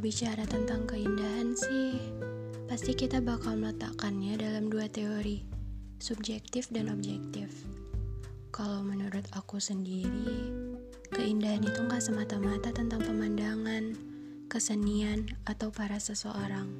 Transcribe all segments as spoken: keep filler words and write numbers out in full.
bicara tentang keindahan sih, pasti kita bakal meletakkannya dalam dua teori, subjektif dan objektif. Kalau menurut aku sendiri, keindahan itu gak semata-mata tentang pemandangan, kesenian, atau para seseorang.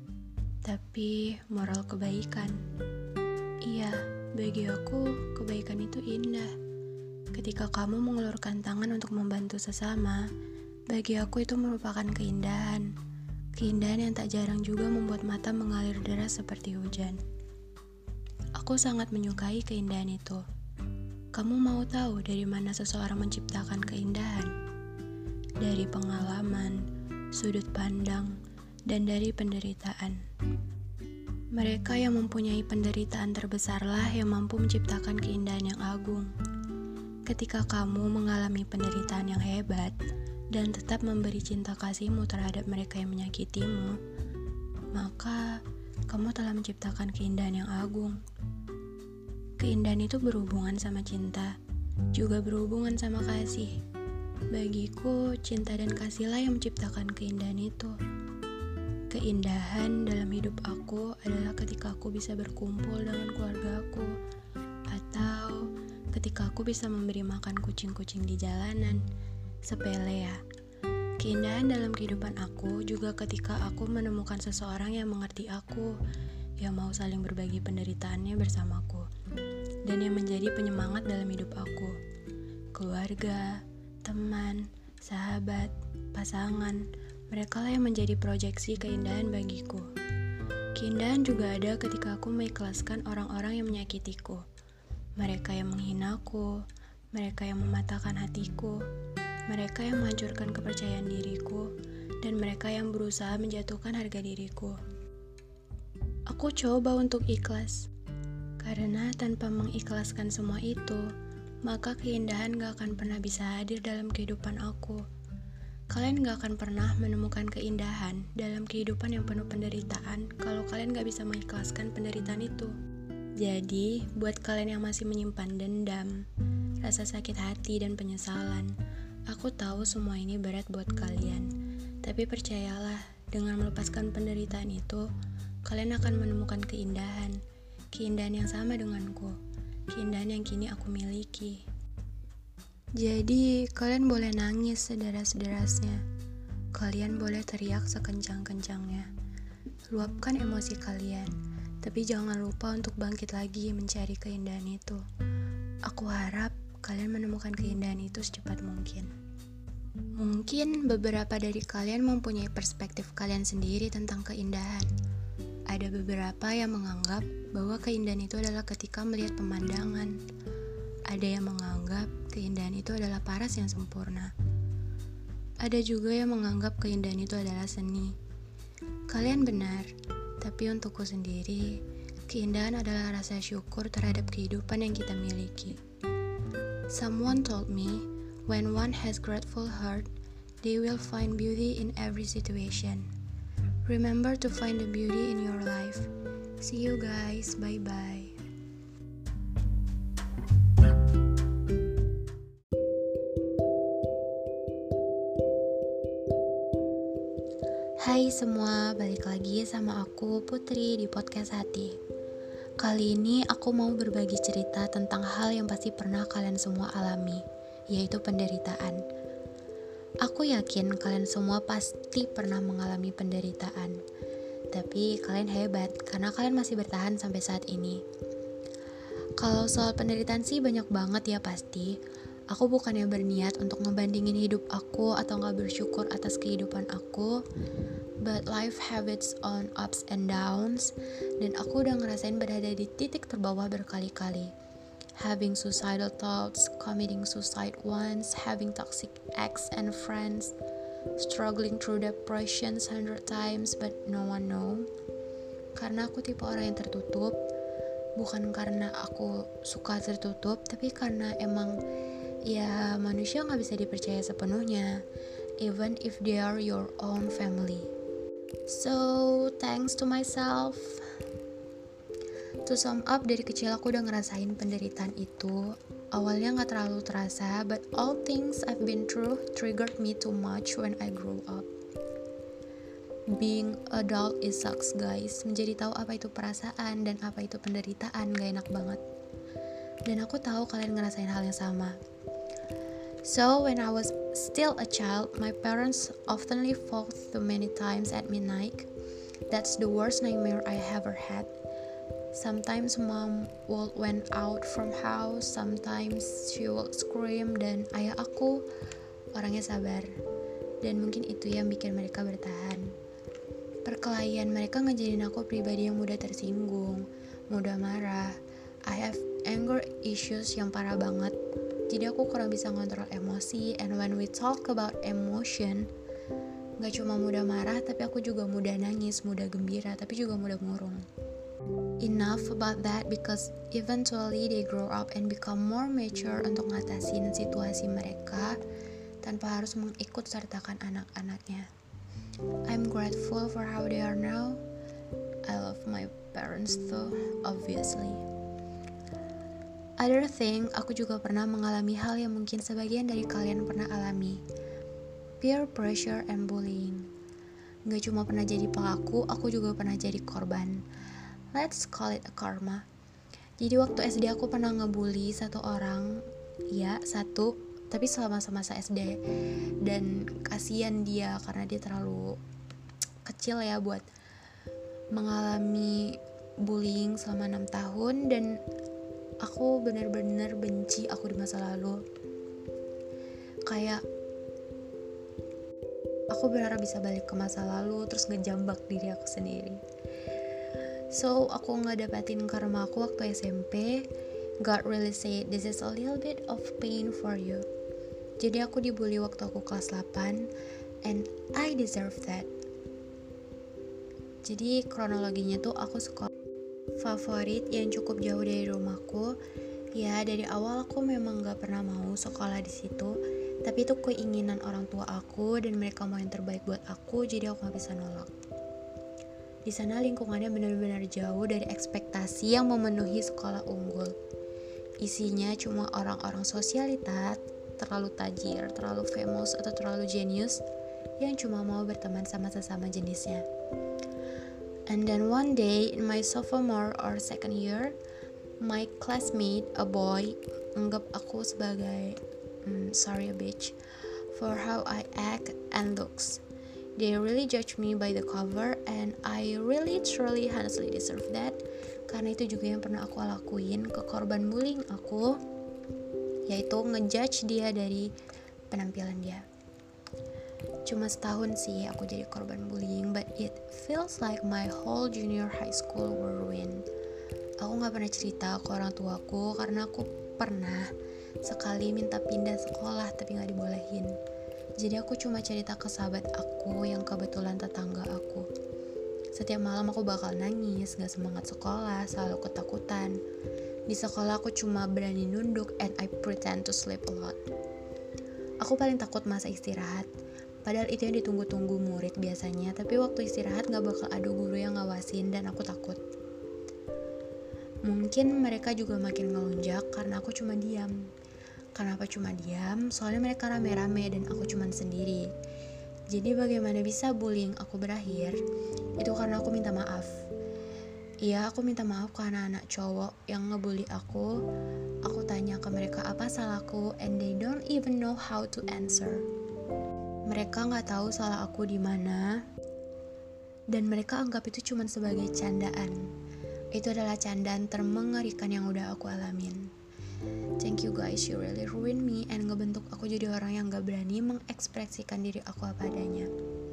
Tapi moral kebaikan. Iya, bagi aku kebaikan itu indah. Ketika kamu mengulurkan tangan untuk membantu sesama, bagi aku itu merupakan keindahan. Keindahan yang tak jarang juga membuat mata mengalir deras seperti hujan. Aku sangat menyukai keindahan itu. Kamu mau tahu dari mana seseorang menciptakan keindahan? Dari pengalaman, sudut pandang, dan dari penderitaan. Mereka yang mempunyai penderitaan terbesarlah yang mampu menciptakan keindahan yang agung. Ketika kamu mengalami penderitaan yang hebat, dan tetap memberi cinta kasihmu terhadap mereka yang menyakitimu, maka kamu telah menciptakan keindahan yang agung. Keindahan itu berhubungan sama cinta, juga berhubungan sama kasih. Bagiku, cinta dan kasihlah yang menciptakan keindahan itu. Keindahan dalam hidup aku adalah ketika aku bisa berkumpul dengan keluargaku, atau ketika aku bisa memberi makan kucing-kucing di jalanan. Sepele ya. Keindahan dalam kehidupan aku juga ketika aku menemukan seseorang yang mengerti aku, yang mau saling berbagi penderitaannya bersamaku, dan yang menjadi penyemangat dalam hidup aku. Keluarga, teman, sahabat, pasangan, mereka lah yang menjadi proyeksi keindahan bagiku. Keindahan juga ada ketika aku mengikhlaskan orang-orang yang menyakitiku, mereka yang menghinaku, mereka yang mematahkan hatiku, mereka yang menghancurkan kepercayaan diriku, dan mereka yang berusaha menjatuhkan harga diriku. Aku coba untuk ikhlas, karena tanpa mengikhlaskan semua itu, maka keindahan gak akan pernah bisa hadir dalam kehidupan aku. Kalian gak akan pernah menemukan keindahan dalam kehidupan yang penuh penderitaan kalau kalian gak bisa mengikhlaskan penderitaan itu. Jadi, buat kalian yang masih menyimpan dendam, rasa sakit hati dan penyesalan, aku tahu semua ini berat buat kalian, tapi percayalah, dengan melepaskan penderitaan itu, kalian akan menemukan keindahan, keindahan yang sama denganku, keindahan yang kini aku miliki. Jadi, kalian boleh nangis sederas-derasnya, kalian boleh teriak sekencang-kencangnya, luapkan emosi kalian, tapi jangan lupa untuk bangkit lagi mencari keindahan itu. Aku harap kalian menemukan keindahan itu secepat mungkin. Mungkin beberapa dari kalian mempunyai perspektif kalian sendiri tentang keindahan. Ada beberapa yang menganggap bahwa keindahan itu adalah ketika melihat pemandangan. Ada yang menganggap keindahan itu adalah paras yang sempurna. Ada juga yang menganggap keindahan itu adalah seni. Kalian benar, tapi untukku sendiri, keindahan adalah rasa syukur terhadap kehidupan yang kita miliki. Someone told me, when one has grateful heart, they will find beauty in every situation. Remember to find the beauty in your life. See you guys, bye-bye. Hai semua, balik lagi sama aku Putri di podcast Hati. Kali ini aku mau berbagi cerita tentang hal yang pasti pernah kalian semua alami, yaitu penderitaan. Aku yakin kalian semua pasti pernah mengalami penderitaan. Tapi kalian hebat karena kalian masih bertahan sampai saat ini. Kalau soal penderitaan sih banyak banget ya pasti. Aku bukannya berniat untuk ngebandingin hidup aku atau gak bersyukur atas kehidupan aku, but life have its own ups and downs, dan aku udah ngerasain berada di titik terbawah berkali-kali. Having suicidal thoughts, committing suicide once, having toxic ex and friends, struggling through depression hundred times but no one know. Karena aku tipe orang yang tertutup, bukan karena aku suka tertutup, tapi karena emang ya manusia gak bisa dipercaya sepenuhnya, even if they are your own family. So, thanks to myself. To sum up, dari kecil aku udah ngerasain penderitaan itu. Awalnya gak terlalu terasa, but all things I've been through triggered me too much when I grew up. Being adult is sucks guys. Menjadi tahu apa itu perasaan dan apa itu penderitaan gak enak banget. Dan aku tahu kalian ngerasain hal yang sama. So when I was still a child, my parents oftenly fought too many times at midnight. That's the worst nightmare I ever had. Sometimes mom would went out from house, sometimes she would scream, dan ayah aku orangnya sabar. Dan mungkin itu yang bikin mereka bertahan. Perkelahian mereka ngejadiin aku pribadi yang mudah tersinggung, mudah marah. I have anger issues yang parah banget. Jadi aku kurang bisa ngontrol emosi. And when we talk about emotion, gak cuma mudah marah, tapi aku juga mudah nangis, mudah gembira, tapi juga mudah murung. Enough about that, because eventually they grow up and become more mature untuk ngatasin situasi mereka tanpa harus mengikut sertakan anak-anaknya. I'm grateful for how they are now. I love my parents too, obviously. Other thing, aku juga pernah mengalami hal yang mungkin sebagian dari kalian pernah alami. Peer pressure and bullying. Gak cuma pernah jadi pelaku, aku juga pernah jadi korban. Let's call it a karma. Jadi waktu S D aku pernah ngebully satu orang. Ya, satu, tapi selama masa S D. Dan kasihan dia karena dia terlalu kecil ya buat mengalami bullying selama enam tahun. Dan aku benar-benar benci aku di masa lalu. Kayak aku berharap bisa balik ke masa lalu terus ngejambak diri aku sendiri. So, aku gak dapatin karma aku waktu S M P. God really said, this is a little bit of pain for you. Jadi aku dibully waktu aku kelas delapan, and I deserve that. Jadi kronologinya tuh aku sekolah favorit yang cukup jauh dari rumahku. Ya, dari awal aku memang gak pernah mau sekolah di situ, tapi itu keinginan orang tua aku dan mereka mau yang terbaik buat aku, jadi aku gak bisa nolak. Di sana lingkungannya benar-benar jauh dari ekspektasi yang memenuhi sekolah unggul. Isinya cuma orang-orang sosialitas, terlalu tajir, terlalu famous, atau terlalu genius yang cuma mau berteman sama sesama jenisnya. And then one day in my sophomore or second year, my classmate, a boy, anggap aku sebagai mm, sorry a bitch for how I act and looks. They really judge me by the cover, and I really truly honestly deserve that. Karena itu juga yang pernah aku lakuin ke korban bullying aku, yaitu ngejudge dia dari penampilan dia. Cuma setahun sih aku jadi korban bullying, but it feels like my whole junior high school were ruined. Aku gak pernah cerita ke orang tuaku karena aku pernah sekali minta pindah sekolah tapi gak dibolehin. Jadi aku cuma cerita ke sahabat aku yang kebetulan tetangga aku. Setiap malam aku bakal nangis, gak semangat sekolah, selalu ketakutan. Di sekolah aku cuma berani nunduk and I pretend to sleep a lot. Aku paling takut masa istirahat. Padahal itu yang ditunggu-tunggu murid biasanya, tapi waktu istirahat gak bakal ada guru yang ngawasin dan aku takut. Mungkin mereka juga makin ngelunjak karena aku cuma diam. Kenapa cuma diam? Soalnya mereka rame-rame dan aku cuma sendiri. Jadi bagaimana bisa bullying aku berakhir? Itu karena aku minta maaf. Iya, aku minta maaf ke anak-anak cowok yang ngebully aku. Aku tanya ke mereka apa salahku, and they don't even know how to answer. Mereka nggak tahu salah aku di mana, dan mereka anggap itu cuma sebagai candaan. Itu adalah candaan termengerikan yang udah aku alamin. Thank you guys, you really ruined me and ngebentuk aku jadi orang yang gak berani mengekspresikan diri aku apa adanya.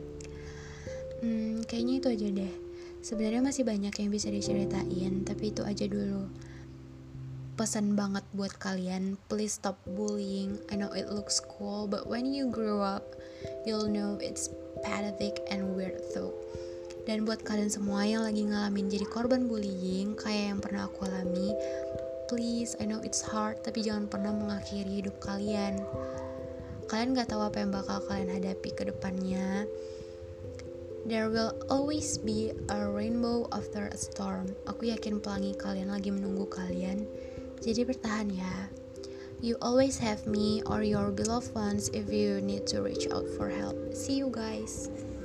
Hmm, kayaknya itu aja deh. Sebenarnya masih banyak yang bisa diceritain, tapi itu aja dulu. Pesan banget buat kalian, please stop bullying. I know it looks cool, but when you grow up, you'll know it's pathetic and weird too. Dan buat kalian semua yang lagi ngalamin jadi korban bullying kayak yang pernah aku alami, please, I know it's hard, tapi jangan pernah mengakhiri hidup kalian. Kalian gak tahu apa yang bakal kalian hadapi ke depannya. There will always be a rainbow after a storm. Aku yakin pelangi kalian lagi menunggu kalian. Jadi bertahan ya. You always have me or your beloved ones if you need to reach out for help. See you guys.